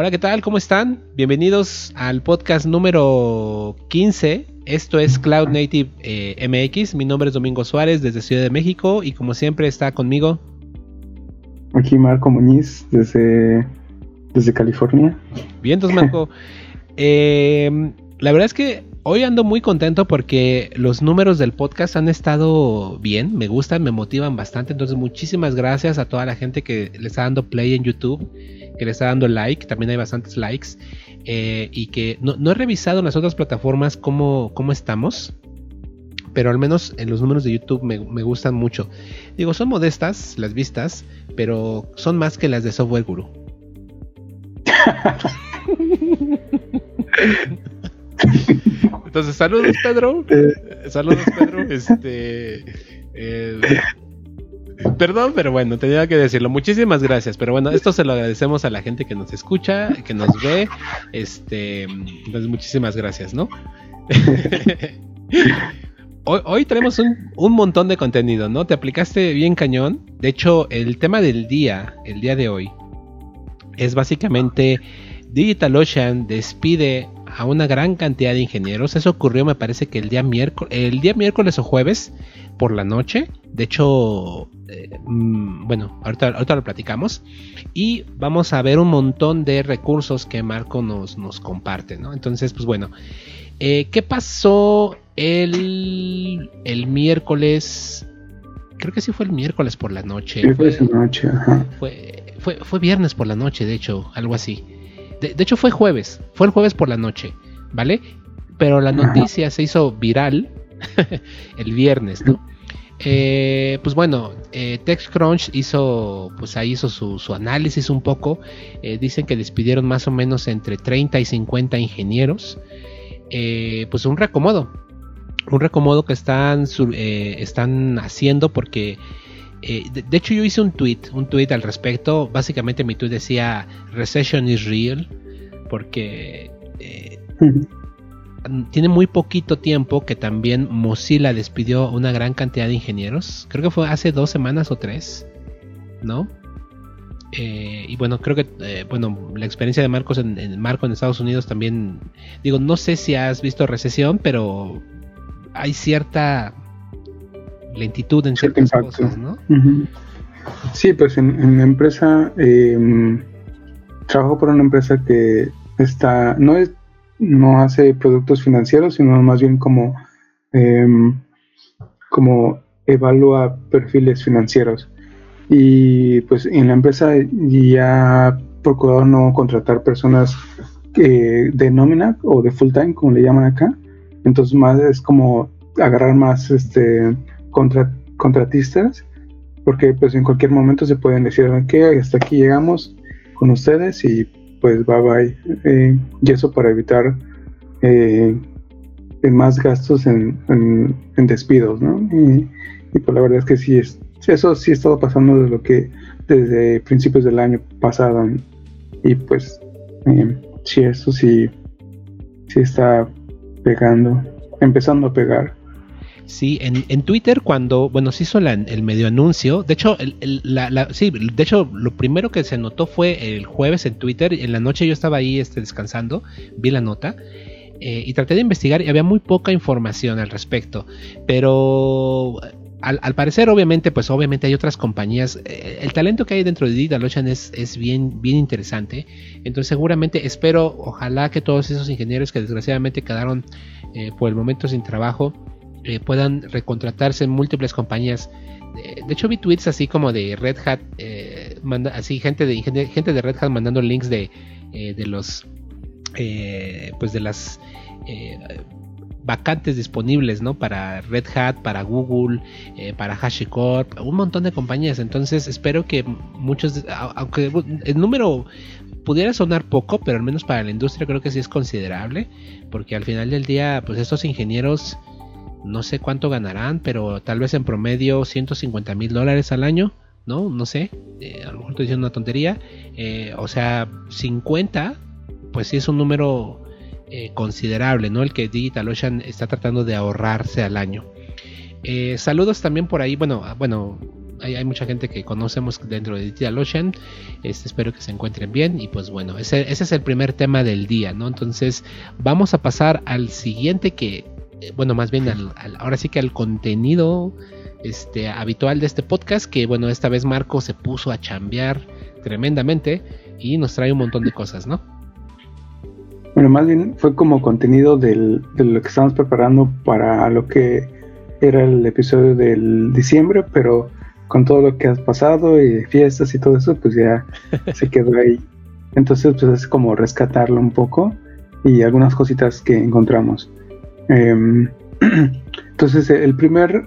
Hola, ¿qué tal? ¿Cómo están? Bienvenidos al podcast número 15. Esto es Cloud Native MX. Mi nombre es Domingo Suárez desde Ciudad de México y como siempre está conmigo. Aquí Marco Muñiz desde California. Bien, entonces Marco, la verdad es que hoy ando muy contento porque los números del podcast han estado bien, me gustan, me motivan bastante. Entonces muchísimas gracias a toda la gente que le está dando play en YouTube, que le está dando like, también hay bastantes likes, y que no he revisado en las otras plataformas cómo estamos, pero al menos en los números de YouTube me gustan mucho. Digo, son modestas las vistas, pero son más que las de Software Guru. Entonces, saludos Pedro. Perdón, pero bueno, tenía que decirlo. Muchísimas gracias. Pero bueno, esto se lo agradecemos a la gente que nos escucha, que nos ve. Entonces, muchísimas gracias, ¿no? Hoy tenemos un montón de contenido, ¿no? Te aplicaste bien cañón. De hecho, el tema del día, el día de hoy, es básicamente DigitalOcean despide a una gran cantidad de ingenieros. Eso ocurrió, me parece que el día miércoles o jueves por la noche. De hecho, bueno, ahorita lo platicamos. Y vamos a ver un montón de recursos que Marco nos comparte, ¿no? Entonces, pues bueno, ¿qué pasó el miércoles? Creo que sí fue el miércoles por la noche. Fue viernes por la noche, de hecho, algo así. De hecho fue el jueves por la noche, ¿vale? Pero la noticia se hizo viral el viernes, ¿no? Pues bueno, TechCrunch hizo su análisis un poco. Dicen que despidieron más o menos entre 30 y 50 ingenieros. Pues un recomodo que están haciendo porque... de hecho yo hice un tweet al respecto. Básicamente mi tweet decía Recession is real, porque tiene muy poquito tiempo que también Mozilla despidió una gran cantidad de ingenieros. Creo que fue hace 2 semanas o 3, ¿no? Y bueno, creo que la experiencia de Marco en Estados Unidos también, digo, no sé si has visto recesión, pero hay cierta lentitud en ciertas cosas, ¿no? Sí, pues en la empresa trabajo por una empresa que no hace productos financieros, sino más bien como evalúa perfiles financieros. Y pues en la empresa ya procurado no contratar personas de nómina o de full time, como le llaman acá. Entonces más es como agarrar más contratistas, porque pues en cualquier momento se pueden decir que hasta aquí llegamos con ustedes y pues bye bye, y eso para evitar más gastos en despidos, ¿no? Y pues la verdad es que eso sí ha estado pasando desde principios del año pasado, y pues sí, eso sí está empezando a pegar. Sí, en Twitter cuando, se hizo el medio anuncio. De hecho, de hecho lo primero que se notó fue el jueves en Twitter. En la noche yo estaba ahí descansando, vi la nota y traté de investigar y había muy poca información al respecto. Pero al parecer, obviamente hay otras compañías. El talento que hay dentro de DigitalOcean es bien interesante. Entonces seguramente ojalá que todos esos ingenieros que desgraciadamente quedaron por el momento sin trabajo puedan recontratarse en múltiples compañías. De hecho vi tweets así como de Red Hat, así gente de Red Hat mandando links de los de las vacantes disponibles, ¿no? Para Red Hat, para Google, para HashiCorp, un montón de compañías. Entonces espero que muchos, aunque el número pudiera sonar poco, pero al menos para la industria creo que sí es considerable, porque al final del día pues estos ingenieros no sé cuánto ganarán, pero tal vez en promedio $150,000 al año, ¿no? No sé, a lo mejor estoy diciendo una tontería. O sea, 50, pues sí es un número considerable, ¿no? El que DigitalOcean está tratando de ahorrarse al año. Saludos también por ahí, hay mucha gente que conocemos dentro de DigitalOcean. Espero que se encuentren bien. Y pues bueno, ese es el primer tema del día, ¿no? Entonces vamos a pasar al siguiente que, bueno, más bien ahora sí que al contenido habitual de este podcast, que bueno, esta vez Marco se puso a chambear tremendamente y nos trae un montón de cosas, ¿no? Bueno, más bien fue como contenido de lo que estamos preparando para lo que era el episodio del diciembre, pero con todo lo que has pasado y fiestas y todo eso, pues ya se quedó ahí. Entonces, pues es como rescatarlo un poco y algunas cositas que encontramos. Entonces, el primer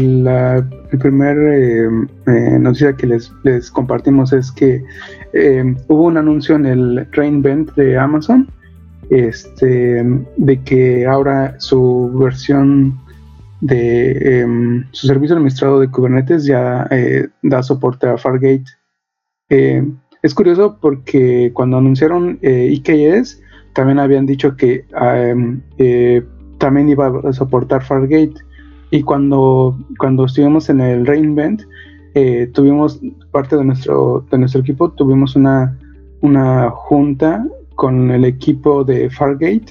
noticia que les compartimos es que hubo un anuncio en el re:Invent de Amazon, de que ahora su versión de su servicio administrado de Kubernetes ya da soporte a Fargate. Es curioso porque cuando anunciaron EKS también habían dicho que también iba a soportar Fargate, y cuando estuvimos en el re:Invent tuvimos parte de nuestro equipo, tuvimos una junta con el equipo de Fargate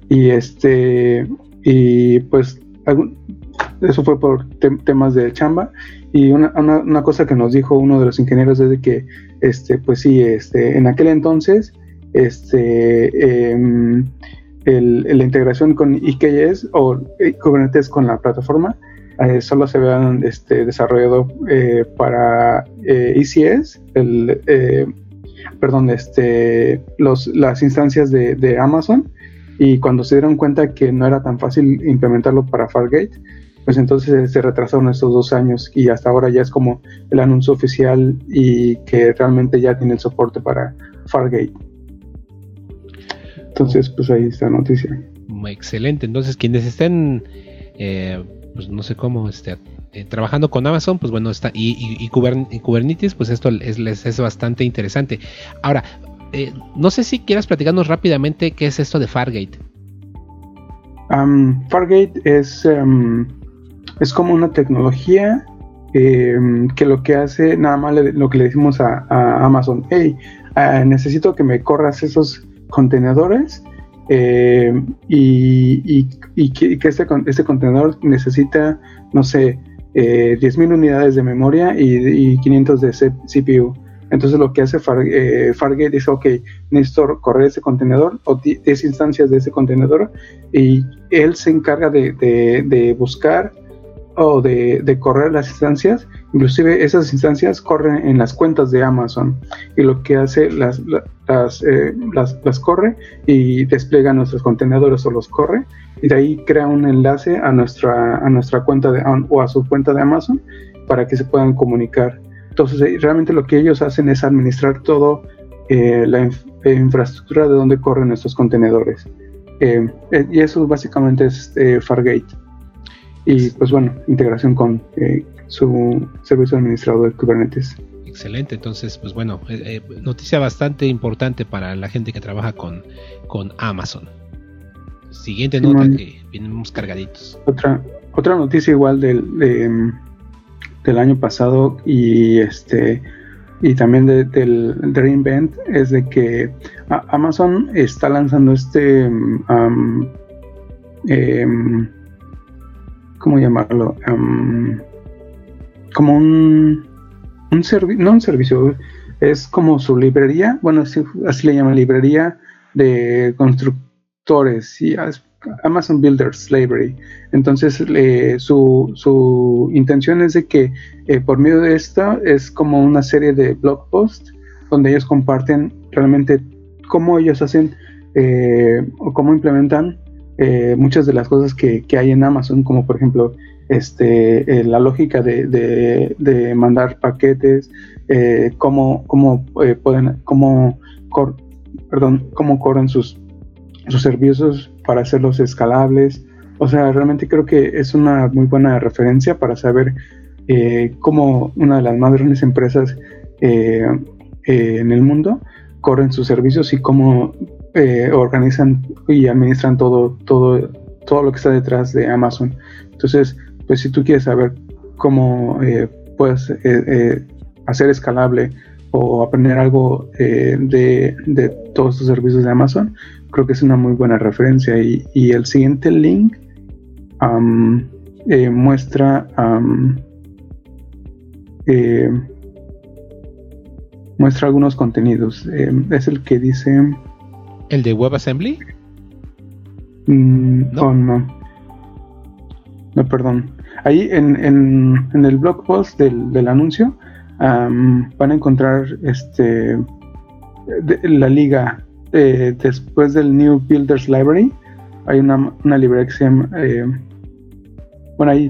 y pues eso fue por temas de chamba, y una cosa que nos dijo uno de los ingenieros es de que pues sí, en aquel entonces la integración con EKS o Kubernetes con la plataforma solo se habían desarrollado para ECS, las instancias de Amazon, y cuando se dieron cuenta que no era tan fácil implementarlo para Fargate, pues entonces se retrasaron estos 2 años, y hasta ahora ya es como el anuncio oficial y que realmente ya tiene el soporte para Fargate. Entonces, pues ahí está la noticia. Excelente. Entonces, quienes estén, pues no sé cómo, trabajando con Amazon, pues bueno, está y Kubernetes, pues esto les es bastante interesante. Ahora, no sé si quieras platicarnos rápidamente qué es esto de Fargate. Fargate es como una tecnología que lo que hace, nada más lo que le decimos a Amazon: hey, necesito que me corras esos contenedores, y que este contenedor necesita, no sé, 10,000 unidades de memoria y 500 de CPU. Entonces lo que hace Fargate dice: ok, necesito correr ese contenedor o 10 instancias de ese contenedor, y él se encarga de buscar o de correr las instancias. Inclusive esas instancias corren en las cuentas de Amazon, y lo que hace las corre y despliega nuestros contenedores, o los corre, y de ahí crea un enlace a nuestra cuenta o a su cuenta de Amazon para que se puedan comunicar. Entonces realmente lo que ellos hacen es administrar todo la infraestructura de donde corren nuestros contenedores, y eso básicamente es Fargate. Y pues bueno, integración con su servicio administrado de Kubernetes. Excelente. Entonces, pues bueno, noticia bastante importante para la gente que trabaja con Amazon. Siguiente nota, que venimos cargaditos. Otra noticia igual del año pasado y también del re:Invent es de que Amazon está lanzando ¿cómo llamarlo? Como un servicio, no un servicio, es como su librería, bueno, así le llaman, librería de constructores, ¿sí? Amazon Builders Library. Entonces su intención es de que por medio de esto es como una serie de blog posts donde ellos comparten realmente cómo ellos hacen o cómo implementan muchas de las cosas que hay en Amazon, como por ejemplo la lógica de mandar paquetes, cómo corren sus servicios para hacerlos escalables. O sea, realmente creo que es una muy buena referencia para saber cómo una de las más grandes empresas en el mundo corren sus servicios y cómo organizan y administran todo lo que está detrás de Amazon. Entonces, pues si tú quieres saber cómo puedas hacer escalable o aprender algo de todos estos servicios de Amazon, creo que es una muy buena referencia. Y el siguiente link muestra algunos contenidos. Es el que dice... ¿El de WebAssembly? No, perdón. Ahí en el blog post del anuncio van a encontrar la liga después del New Builders Library. Hay una librería que se llama ahí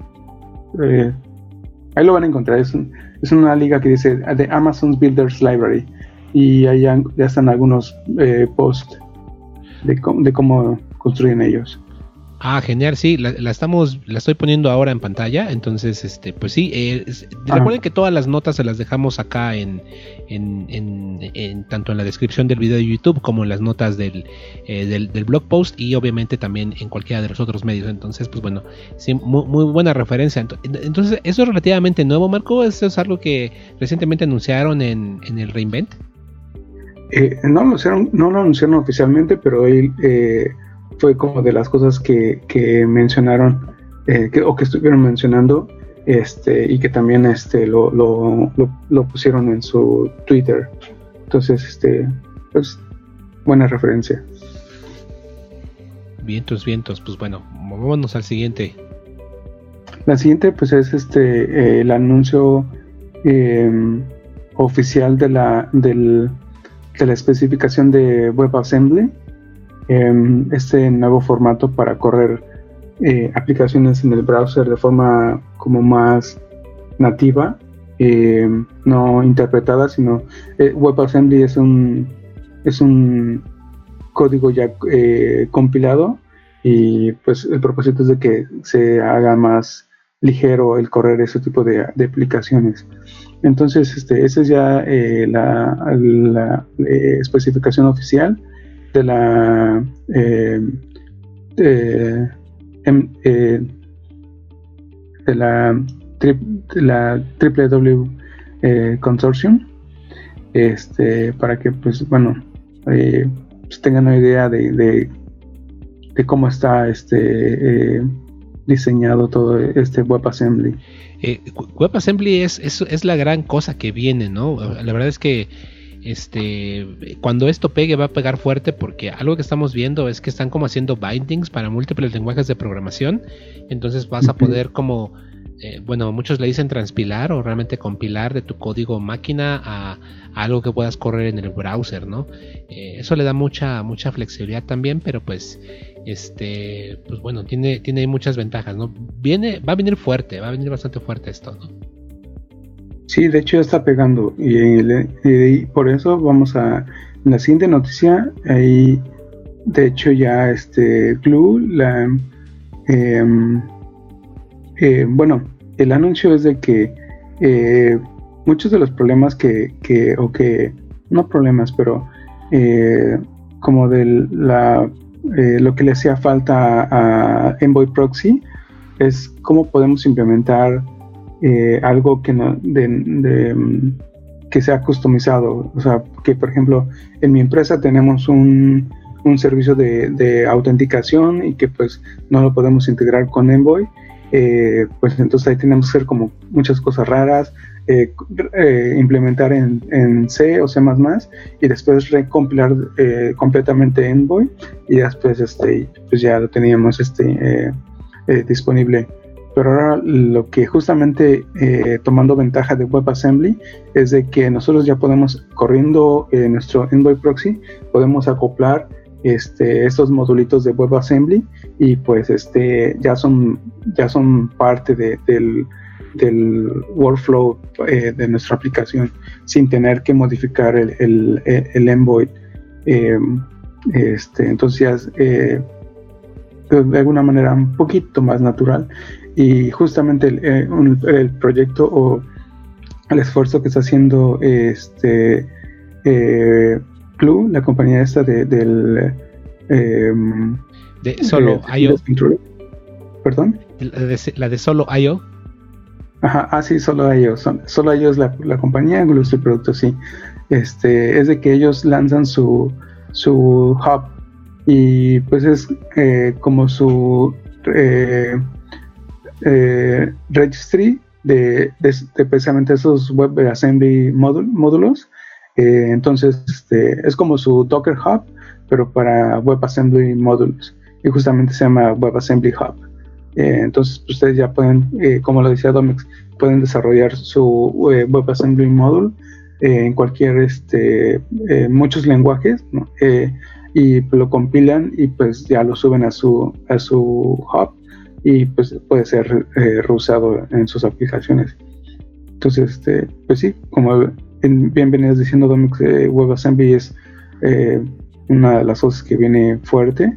lo van a encontrar. Es una liga que dice The Amazon Builders Library, y ahí ya están algunos posts de cómo construyen ellos. Genial, sí, la estoy poniendo ahora en pantalla. Entonces, pues sí, recuerden que todas las notas se las dejamos acá en tanto en la descripción del video de YouTube como en las notas del blog post, y obviamente también en cualquiera de los otros medios. Entonces, pues bueno, sí, muy buena referencia. Entonces, ¿eso es relativamente nuevo, Marco? ¿Eso es algo que recientemente anunciaron en el reInvent? No lo anunciaron oficialmente, pero ahí fue como de las cosas que mencionaron o que estuvieron mencionando, y que también lo pusieron en su Twitter. Entonces, pues sí, buena referencia. Vientos, pues bueno, vámonos al siguiente. La siguiente pues es el anuncio oficial de la especificación de WebAssembly, este nuevo formato para correr aplicaciones en el browser de forma como más nativa, no interpretada, sino WebAssembly es un código ya compilado, y pues el propósito es de que se haga más ligero el correr ese tipo de aplicaciones. Entonces, esa es ya la especificación oficial de la WWW Consortium, para que pues bueno, pues tengan una idea de cómo está diseñado todo este WebAssembly. WebAssembly es la gran cosa que viene, ¿no? La verdad es que cuando esto pegue, va a pegar fuerte, porque algo que estamos viendo es que están como haciendo bindings para múltiples lenguajes de programación. Entonces vas a poder como muchos le dicen transpilar o realmente compilar de tu código máquina a algo que puedas correr en el browser, ¿no? Eso le da mucha flexibilidad también, pero pues pues bueno, tiene muchas ventajas, ¿no? Va a venir bastante fuerte esto, ¿no? Sí, de hecho ya está pegando, y por eso vamos a la siguiente noticia. Ahí de hecho ya Glue el anuncio es de que muchos de los problemas no problemas, pero como lo que le hacía falta a Envoy Proxy es cómo podemos implementar algo que sea customizado. O sea, que por ejemplo en mi empresa tenemos un servicio de autenticación, y que pues no lo podemos integrar con Envoy. Pues entonces ahí tenemos que hacer como muchas cosas raras, implementar en C o C++, y después recompilar completamente Envoy, y después pues ya lo teníamos disponible. Pero ahora lo que justamente tomando ventaja de WebAssembly es de que nosotros ya podemos, corriendo nuestro Envoy Proxy, podemos acoplar estos modulitos de WebAssembly, y pues ya son parte del workflow de nuestra aplicación, sin tener que modificar el Envoy. Entonces ya es de alguna manera un poquito más natural, y justamente el proyecto o el esfuerzo que está haciendo Glue, la compañía esta de Solo.io. ¿Perdón? La de Solo.io. Ajá, sí, solo ellos, solo ellos la compañía, incluso el producto, sí. Es de que ellos lanzan su hub y pues es como su registry de precisamente esos WebAssembly módulos. Entonces, es como su Docker Hub, pero para WebAssembly módulos. Y justamente se llama WebAssembly Hub. Entonces, ustedes ya pueden, como lo decía Domex, pueden desarrollar su WebAssembly módulo en cualquier, muchos lenguajes, ¿no? Y lo compilan y pues ya lo suben a su hub y pues puede ser reusado en sus aplicaciones. Entonces, pues sí, como bien venías diciendo, Domix, WebAssembly es una de las cosas que viene fuerte,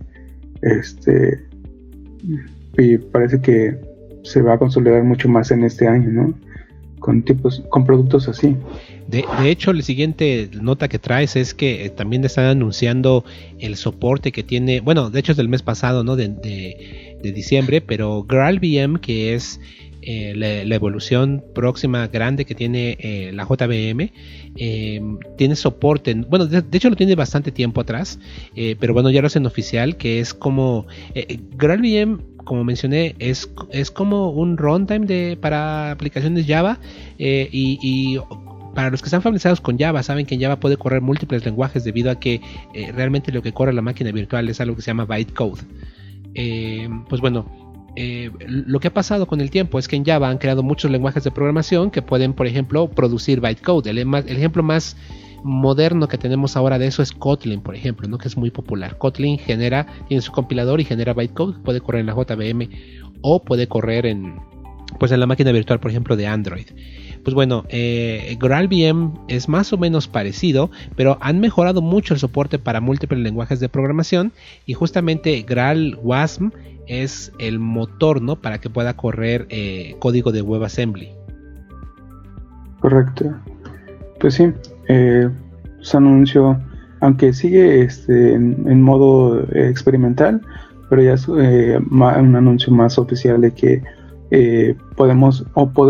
y parece que se va a consolidar mucho más en este año, ¿no? Con productos así. De hecho, la siguiente nota que traes es que también están anunciando el soporte que tiene, bueno, de hecho es del mes pasado, ¿no? De diciembre, pero GraalVM, que es la evolución próxima grande que tiene la JVM, tiene soporte, bueno, de hecho lo tiene bastante tiempo atrás, pero bueno, ya lo hacen oficial, que es como GraalVM, como mencioné, es como un runtime para aplicaciones Java, y para los que están familiarizados con Java, saben que en Java puede correr múltiples lenguajes debido a que realmente lo que corre la máquina virtual es algo que se llama bytecode. Pues bueno, lo que ha pasado con el tiempo es que en Java han creado muchos lenguajes de programación que pueden, por ejemplo, producir bytecode. El ejemplo más moderno que tenemos ahora de eso es Kotlin, por ejemplo, ¿no? Que es muy popular. Kotlin tiene su compilador y genera bytecode, puede correr en la JVM o puede correr en la máquina virtual, por ejemplo, de Android. Pues bueno, GraalVM es más o menos parecido, pero han mejorado mucho el soporte para múltiples lenguajes de programación, y justamente GraalWasm es el motor, ¿no? Para que pueda correr código de WebAssembly. Correcto. Pues sí, se anunció, aunque sigue en modo experimental, pero ya es un anuncio más oficial de que podremos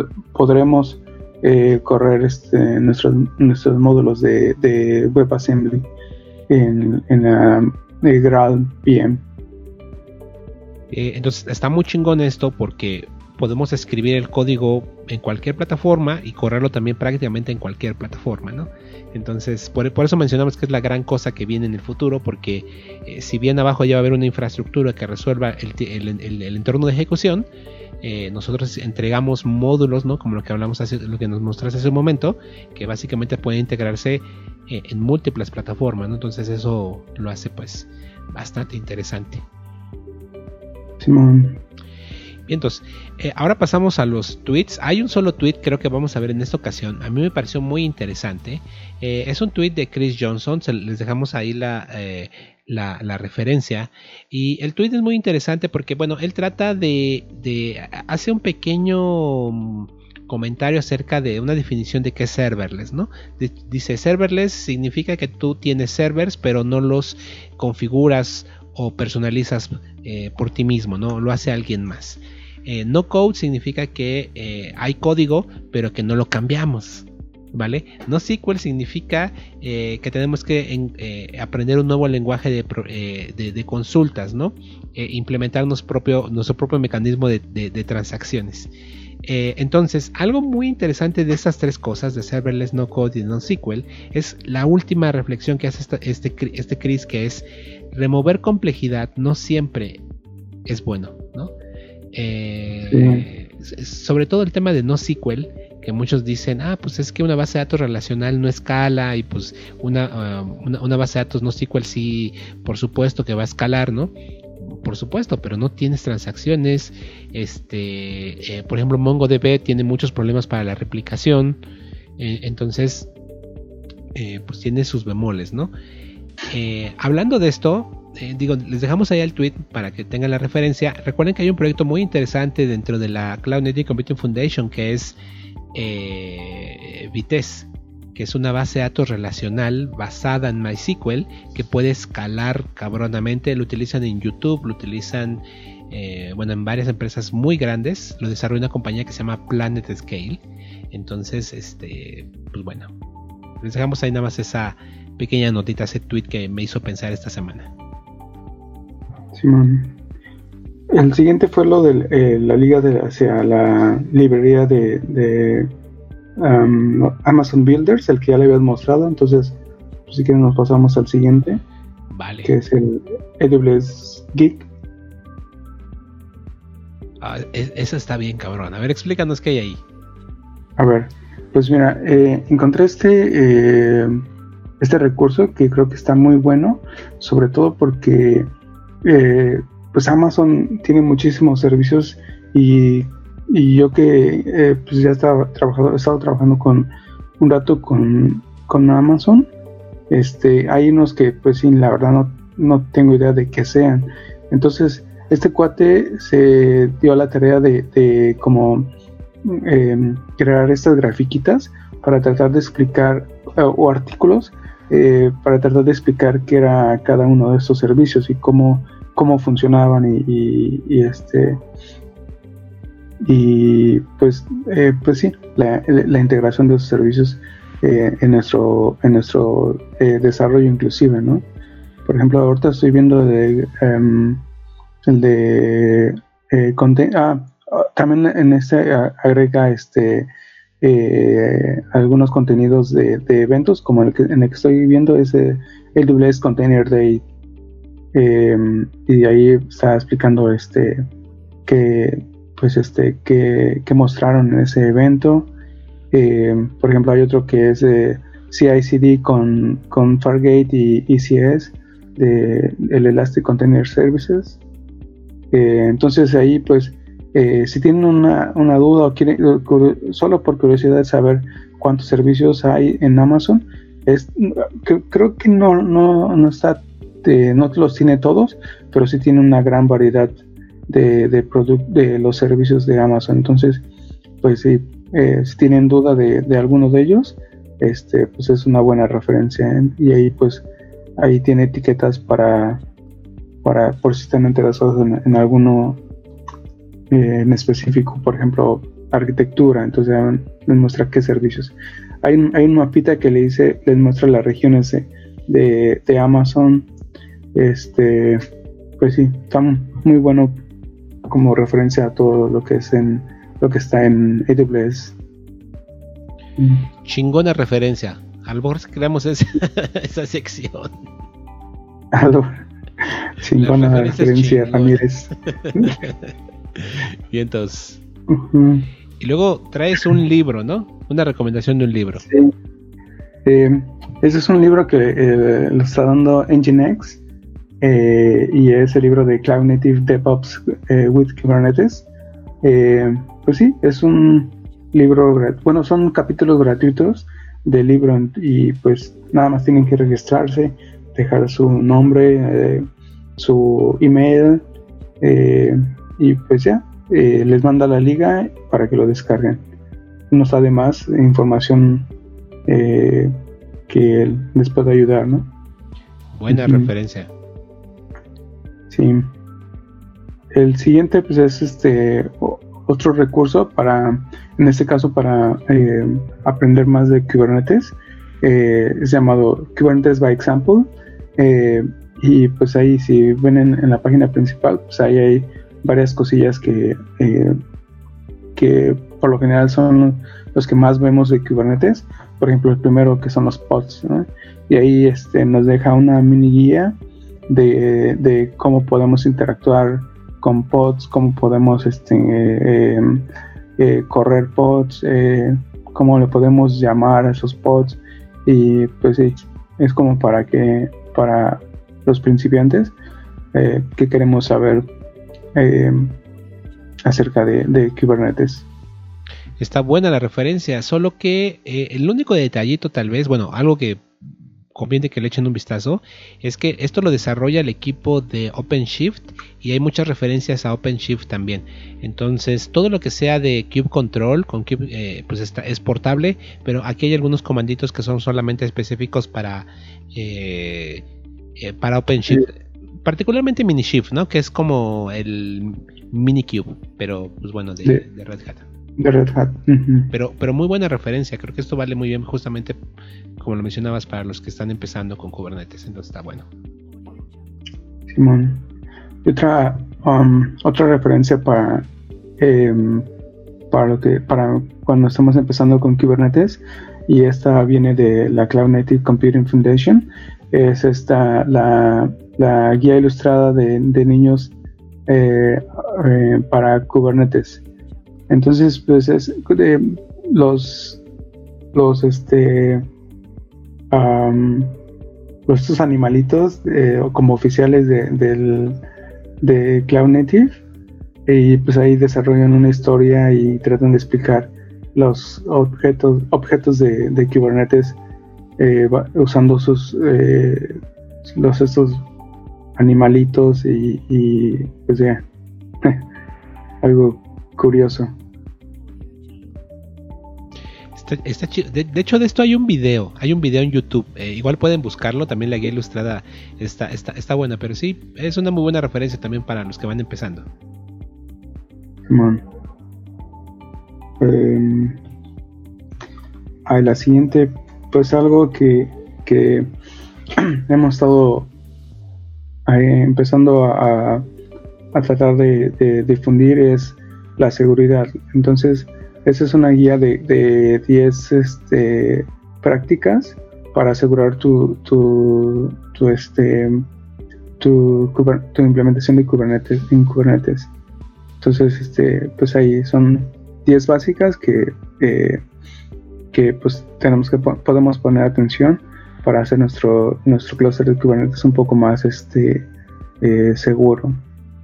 correr nuestros módulos de WebAssembly en la GraalVM. Entonces está muy chingón esto porque podemos escribir el código en cualquier plataforma y correrlo también prácticamente en cualquier plataforma, ¿no? Entonces por eso mencionamos que es la gran cosa que viene en el futuro, porque si bien abajo ya va a haber una infraestructura que resuelva el entorno de ejecución, nosotros entregamos módulos, ¿no? Como lo que hablamos lo que nos mostraste hace un momento, que básicamente pueden integrarse en múltiples plataformas, ¿no? Entonces eso lo hace pues bastante interesante. Simón. Bien, entonces, ahora pasamos a los tweets. Hay un solo tweet, creo que vamos a ver en esta ocasión. A mí me pareció muy interesante. Es un tweet de Chris Johnson. Les dejamos ahí la referencia. Y el tweet es muy interesante porque, bueno, él trata hace un pequeño comentario acerca de una definición de qué es serverless, ¿no? Dice, serverless significa que tú tienes servers, pero no los configuras o personalizas por ti mismo, ¿no? Lo hace alguien más. No code significa que hay código, pero que no lo cambiamos, ¿vale? NoSQL significa que tenemos que aprender un nuevo lenguaje de consultas, ¿no? Implementar nuestro propio mecanismo de transacciones. Entonces, algo muy interesante de estas tres cosas, de serverless, no code y NoSQL, es la última reflexión que hace este Chris, que es remover complejidad no siempre es bueno, ¿no? Sobre todo el tema de NoSQL, que muchos dicen, pues es que una base de datos relacional no escala, y pues una base de datos NoSQL sí, por supuesto que va a escalar, ¿no? Por supuesto, pero no tienes transacciones. Por ejemplo, MongoDB tiene muchos problemas para la replicación, entonces pues tiene sus bemoles, ¿no? Hablando de esto, les dejamos ahí el tweet para que tengan la referencia. Recuerden que hay un proyecto muy interesante dentro de la Cloud Native Computing Foundation, que es Vitess, que es una base de datos relacional basada en MySQL que puede escalar cabronamente. Lo utilizan en YouTube, lo utilizan en varias empresas muy grandes. Lo desarrolla una compañía que se llama PlanetScale. Entonces, pues bueno, les dejamos ahí nada más esa pequeña notita, ese tweet que me hizo pensar esta semana. Simón. El siguiente fue lo de la liga hacia la librería de Amazon Builders, el que ya le habías mostrado. Entonces, pues, si quieren nos pasamos al siguiente, vale, que es el AWS Geek. Eso está bien, cabrón. A ver, explícanos qué hay ahí. A ver, pues mira, encontré este recurso que creo que está muy bueno, sobre todo porque pues Amazon tiene muchísimos servicios y yo que pues ya he estado trabajando con un rato con Amazon. Hay unos que pues sí, la verdad no tengo idea de qué sean. Entonces este cuate se dio la tarea de como crear estas grafiquitas para tratar de explicar o artículos para tratar de explicar qué era cada uno de estos servicios y cómo funcionaban y pues sí, la integración de esos servicios en nuestro desarrollo inclusive, ¿no? Por ejemplo, ahorita estoy viendo el de también en agrega algunos contenidos de eventos, como en el que estoy viendo es el AWS Container Day, y ahí está explicando que mostraron en ese evento. Por ejemplo, hay otro que es CI/CD con Fargate y ECS, el Elastic Container Services. Entonces ahí pues si tienen una duda o quieren solo por curiosidad saber cuántos servicios hay en Amazon, creo que no los tiene todos, pero sí tiene una gran variedad de los servicios de Amazon. Entonces pues sí, si tienen duda de alguno de ellos, pues es una buena referencia, y ahí pues ahí tiene etiquetas para por si están interesados en alguno en específico, por ejemplo arquitectura. Entonces les muestra qué servicios hay un mapita que les muestra las regiones de Amazon. Pues sí, está muy bueno como referencia a todo lo que está en AWS. Chingona referencia. A lo mejor creamos esa sección. Chingona referencia, Ramírez. Y entonces, y luego traes un libro, ¿no? Una recomendación de un libro. Sí. Ese es un libro que lo está dando Nginx, y es el libro de Cloud Native DevOps with Kubernetes. Pues sí, es un libro, son capítulos gratuitos del libro, y pues nada más tienen que registrarse, dejar su nombre, su email, y pues ya, les manda la liga para que lo descarguen. Nos da además información que les puede ayudar, ¿no? Buena referencia. Sí. El siguiente pues es otro recurso en este caso para aprender más de Kubernetes. Es llamado Kubernetes by Example, y pues ahí, si ven en la página principal, pues ahí hay varias cosillas que por lo general son los que más vemos de Kubernetes. Por ejemplo, el primero, que son los pods, ¿no? Y ahí nos deja una mini guía de cómo podemos interactuar con pods, cómo podemos correr pods, cómo le podemos llamar a esos pods. Y pues sí, es como para los principiantes que queremos saber acerca de Kubernetes. Está buena la referencia, solo que el único detallito tal vez, algo que conviene que le echen un vistazo, es que esto lo desarrolla el equipo de OpenShift y hay muchas referencias a OpenShift también. Entonces todo lo que sea de Kube Control con Kube, pues es portable, pero aquí hay algunos comanditos que son solamente específicos para OpenShift, particularmente Minishift, ¿no? Que es como el Minikube, pero pues bueno, de Red Hat. De Red Hat. Uh-huh. Pero muy buena referencia. Creo que esto vale muy bien, justamente como lo mencionabas, para los que están empezando con Kubernetes. Entonces está bueno. Simón. Y otra referencia para cuando estamos empezando con Kubernetes, y esta viene de la Cloud Native Computing Foundation, es la guía ilustrada de niños para Kubernetes. Entonces, pues es de estos animalitos como oficiales de Cloud Native, y pues ahí desarrollan una historia y tratan de explicar los objetos de Kubernetes usando estos animalitos y pues ya algo curioso. Está chido. De hecho, de esto hay un video en YouTube. Igual pueden buscarlo. También la guía ilustrada está buena. Pero sí, es una muy buena referencia también para los que van empezando. La siguiente, pues algo que hemos estado empezando a tratar de difundir es la seguridad. Entonces, esa es una guía de 10 prácticas para asegurar tu implementación de Kubernetes en Kubernetes. Entonces, pues ahí son 10 básicas que pues podemos poner atención para hacer nuestro clúster de Kubernetes un poco más seguro.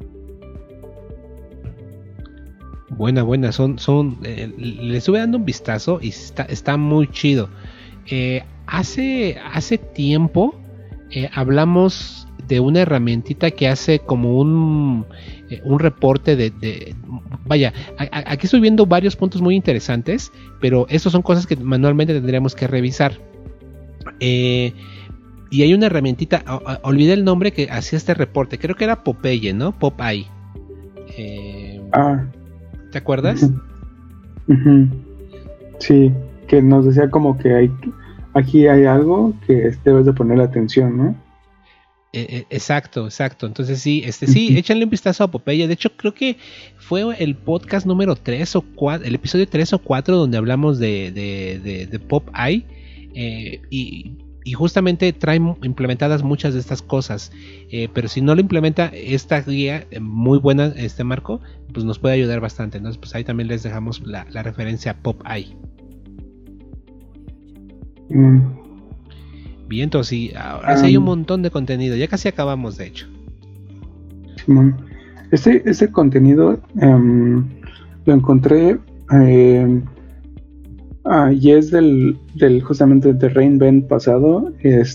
Buena, son le estuve dando un vistazo y está muy chido. Hace tiempo hablamos de una herramientita que hace como un reporte vaya, aquí estoy viendo varios puntos muy interesantes, pero estos son cosas que manualmente tendríamos que revisar. Y hay una herramientita, olvidé el nombre, que hacía este reporte, creo que era Popeye, ¿no? Popeye. ¿Te acuerdas? Uh-huh. Sí, que nos decía como que aquí hay algo que debes de ponerle atención, ¿no? Exacto. Entonces sí, sí, échanle un vistazo a Popeye. De hecho, creo que fue el podcast número 3 o 4, el episodio 3 o 4 donde hablamos de Popeye. Y justamente trae implementadas muchas de estas cosas, pero si no lo implementa esta guía muy buena, Marco, pues nos puede ayudar bastante. Entonces pues ahí también les dejamos la referencia a Popeye. Bien, entonces sí, ahora sí hay un montón de contenido, ya casi acabamos, de hecho. Este contenido lo encontré y es justamente del reInvent pasado.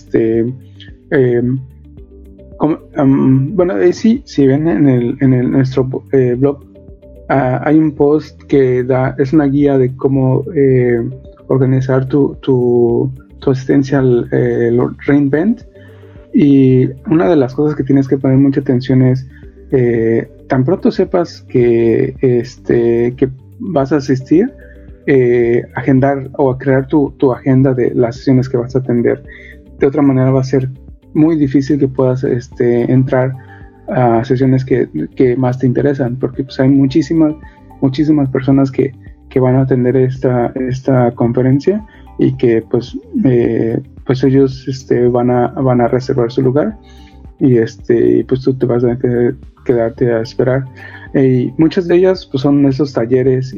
Sí, si ven en nuestro blog, hay un post que es una guía de cómo organizar tu asistencia al reInvent, y una de las cosas que tienes que poner mucha atención es tan pronto sepas que vas a asistir, agendar o crear tu agenda de las sesiones que vas a atender. De otra manera va a ser muy difícil que puedas entrar a sesiones que más te interesan, porque pues hay muchísimas personas que van a atender esta conferencia, y que pues ellos van a reservar su lugar, y pues tú te vas a quedarte a esperar. Y muchas de ellas pues son esos talleres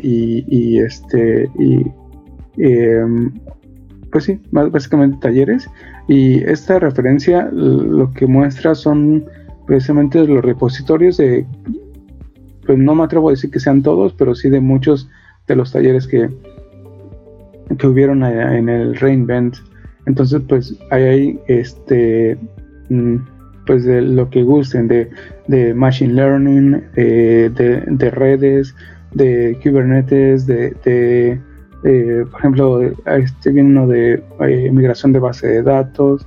pues sí, básicamente talleres. Y esta referencia lo que muestra son precisamente los repositorios pues no me atrevo a decir que sean todos, pero sí de muchos de los talleres que hubieron en el reInvent. Entonces, pues hay pues de lo que gusten, de machine learning, de redes, de Kubernetes, por ejemplo, viene uno de migración de base de datos,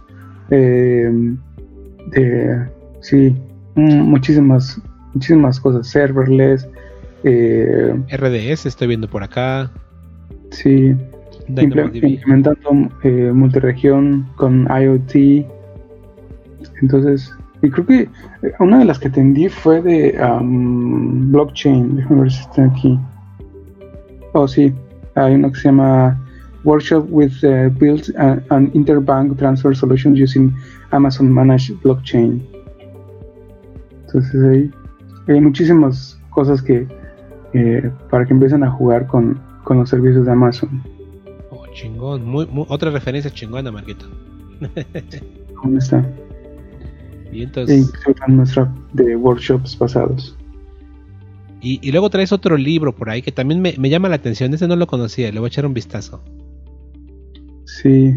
sí, muchísimas cosas, serverless, RDS estoy viendo por acá. sí, implementando multiregión con IoT. Entonces, y creo que una de las que atendí fue de blockchain. Déjame ver si está aquí. Oh, sí, hay uno que se llama Workshop with Build an Interbank Transfer Solution Using Amazon Managed Blockchain. Entonces ahí hay muchísimas cosas que para que empiecen a jugar con los servicios de Amazon. Oh, chingón, otra referencia chingona, Marquito. ¿Dónde está? Y entonces nuestra de workshops pasados. Y luego traes otro libro por ahí que también me llama la atención. Ese no lo conocía, le voy a echar un vistazo. Sí,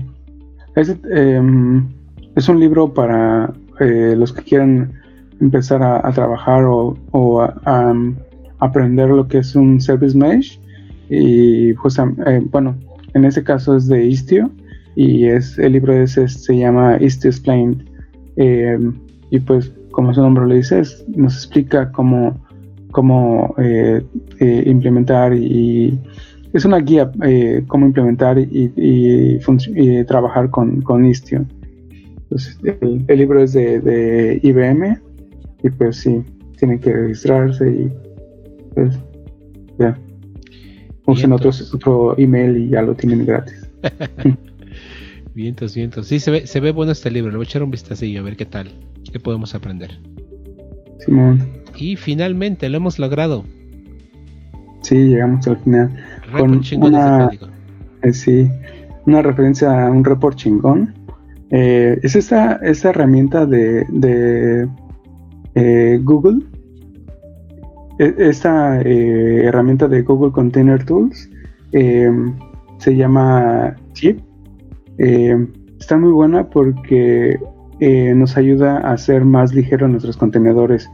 es un libro para los que quieran empezar a trabajar o a aprender lo que es un Service Mesh. Y pues bueno, en ese caso es de Istio, y el libro se llama Istio Explained. Y pues como su nombre lo dice, nos explica cómo implementar, y es una guía cómo implementar y trabajar con Istio. Entonces, el libro es de IBM, y pues sí, tienen que registrarse y pues ya usen otro email y ya lo tienen gratis. Vientos. Sí, se ve bueno este libro. Le voy a echar un vistacillo a ver qué tal, qué podemos aprender. Simón. Y finalmente lo hemos logrado. Sí, llegamos al final. Con una referencia a un report chingón. Es esta herramienta de Google. Esta herramienta de Google Container Tools se llama Chip. Está muy buena porque nos ayuda a hacer más ligeros nuestros contenedores.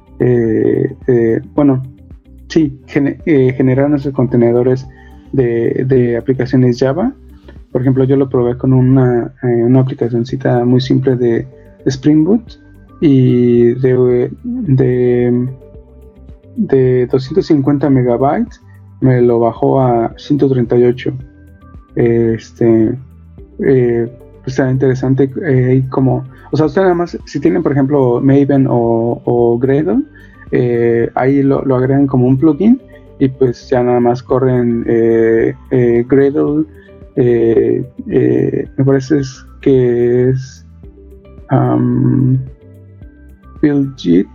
Generar nuestros contenedores de aplicaciones Java. Por ejemplo, yo lo probé con una aplicacioncita muy simple de Spring Boot, y de 250 megabytes me lo bajó a 138. Está interesante, usted nada más, si tienen por ejemplo Maven o Gradle, ahí lo agregan como un plugin, y pues ya nada más corren Gradle, me parece que es build Git,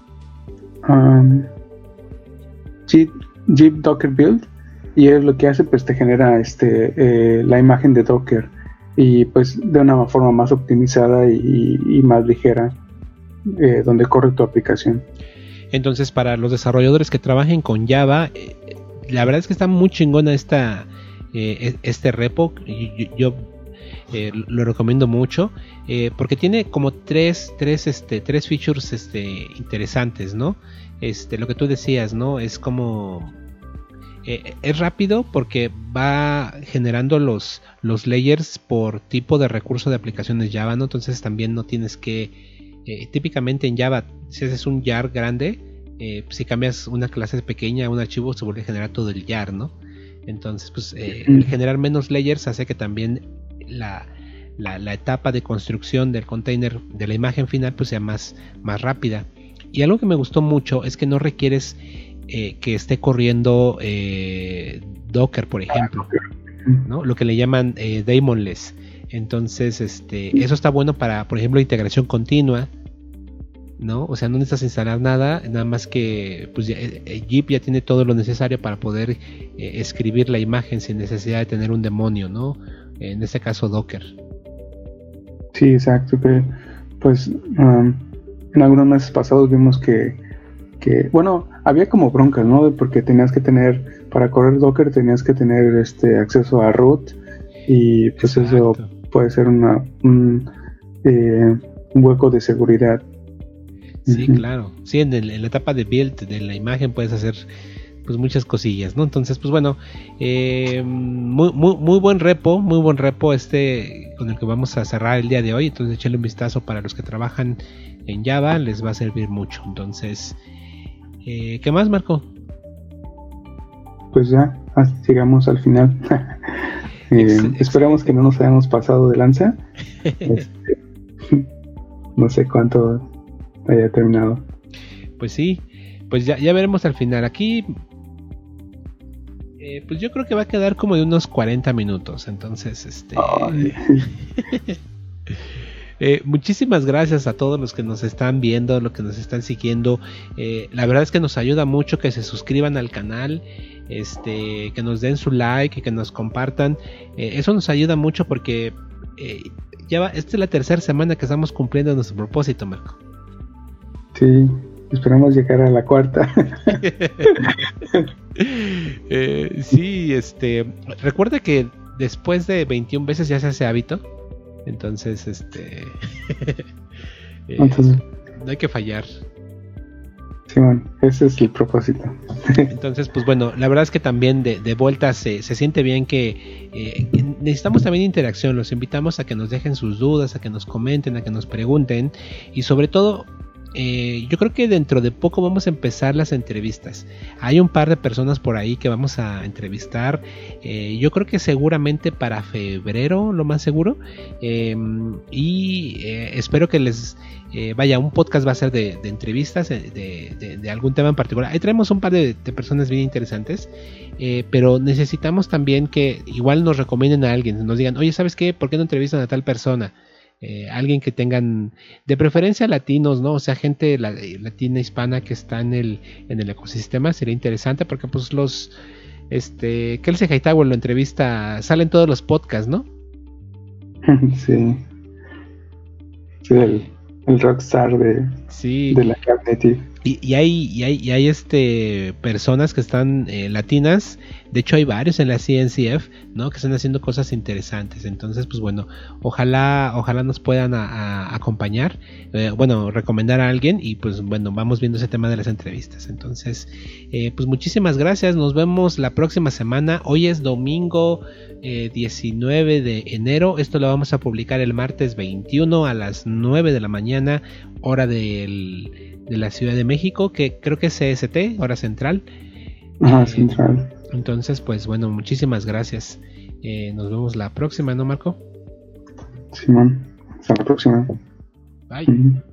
Git Docker build, y es lo que hace, pues te genera la imagen de Docker, y pues de una forma más optimizada y más ligera, donde corre tu aplicación. Entonces, para los desarrolladores que trabajen con Java, la verdad es que está muy chingona este repo. Yo lo recomiendo mucho, porque tiene como tres features interesantes, ¿no? Lo que tú decías, ¿no? Es como es rápido porque va generando los layers por tipo de recurso de aplicaciones Java, ¿no? Entonces también no tienes que típicamente en Java, si haces un jar grande, si cambias una clase pequeña a un archivo, se vuelve a generar todo el jar, ¿no? Entonces, pues el generar menos layers hace que también la etapa de construcción del container, de la imagen final, pues sea más rápida. Y algo que me gustó mucho es que no requieres que esté corriendo Docker, por ejemplo, ¿no? Lo que le llaman daemonless. Entonces, eso está bueno para, por ejemplo, integración continua, ¿no? O sea, no necesitas instalar nada más que pues Jeep ya tiene todo lo necesario para poder escribir la imagen sin necesidad de tener un demonio, ¿no? En este caso Docker. Sí, exacto. Que pues en algunos meses pasados vimos que bueno, había como broncas, ¿no? Porque tenías que tener, para correr Docker tenías que tener acceso a root, y pues exacto. Eso puede ser un hueco de seguridad. Sí, claro. Sí, en la etapa de build de la imagen puedes hacer pues muchas cosillas, ¿no? Entonces, pues bueno, muy buen repo con el que vamos a cerrar el día de hoy. Entonces, échale un vistazo para los que trabajan en Java, les va a servir mucho. Entonces, ¿qué más, Marco? Pues ya, llegamos al final. Esperamos que no nos hayamos pasado de lanza. No sé cuánto haya terminado. Pues sí, pues ya veremos al final. Aquí pues yo creo que va a quedar como de unos 40 minutos. Entonces, muchísimas gracias a todos los que nos están viendo, los que nos están siguiendo. La verdad es que nos ayuda mucho que se suscriban al canal, que nos den su like y que nos compartan. Eso nos ayuda mucho porque esta es la tercera semana que estamos cumpliendo nuestro propósito, Marco. Sí, esperamos llegar a la cuarta. Sí, recuerda que después de 21 veces ya se hace hábito. Entonces, Entonces, no hay que fallar. Sí, bueno, ese es el propósito. Entonces, pues bueno, la verdad es que también de vuelta se siente bien que necesitamos también interacción. Los invitamos a que nos dejen sus dudas, a que nos comenten, a que nos pregunten y sobre todo yo creo que dentro de poco vamos a empezar las entrevistas. Hay un par de personas por ahí que vamos a entrevistar. Yo creo que seguramente para febrero, lo más seguro. Espero que les vaya, un podcast va a ser de entrevistas de algún tema en particular. Ahí traemos un par de personas bien interesantes. Pero necesitamos también que igual nos recomienden a alguien. Nos digan, oye, ¿sabes qué? ¿Por qué no entrevistan a tal persona? Alguien que tengan de preferencia latinos, ¿no? O sea, gente latina, hispana que está en el ecosistema, sería interesante porque pues los Kelsey Hightower lo entrevista, salen todos los podcasts, ¿no? Sí, el rockstar de la Cloud Native. Y hay personas que están latinas. De hecho hay varios en la CNCF, ¿no? Que están haciendo cosas interesantes. Entonces, pues bueno, ojalá nos puedan acompañar, recomendar a alguien. Y pues bueno, vamos viendo ese tema de las entrevistas. Entonces, pues muchísimas gracias. Nos vemos la próxima semana. Hoy es domingo 19 de enero. Esto lo vamos a publicar el martes 21 a las 9 de la mañana, hora de la Ciudad de México, que creo que es CST, hora central. Central. Entonces, pues bueno, muchísimas gracias. Nos vemos la próxima, ¿no, Marco? Simón, hasta la próxima. Bye.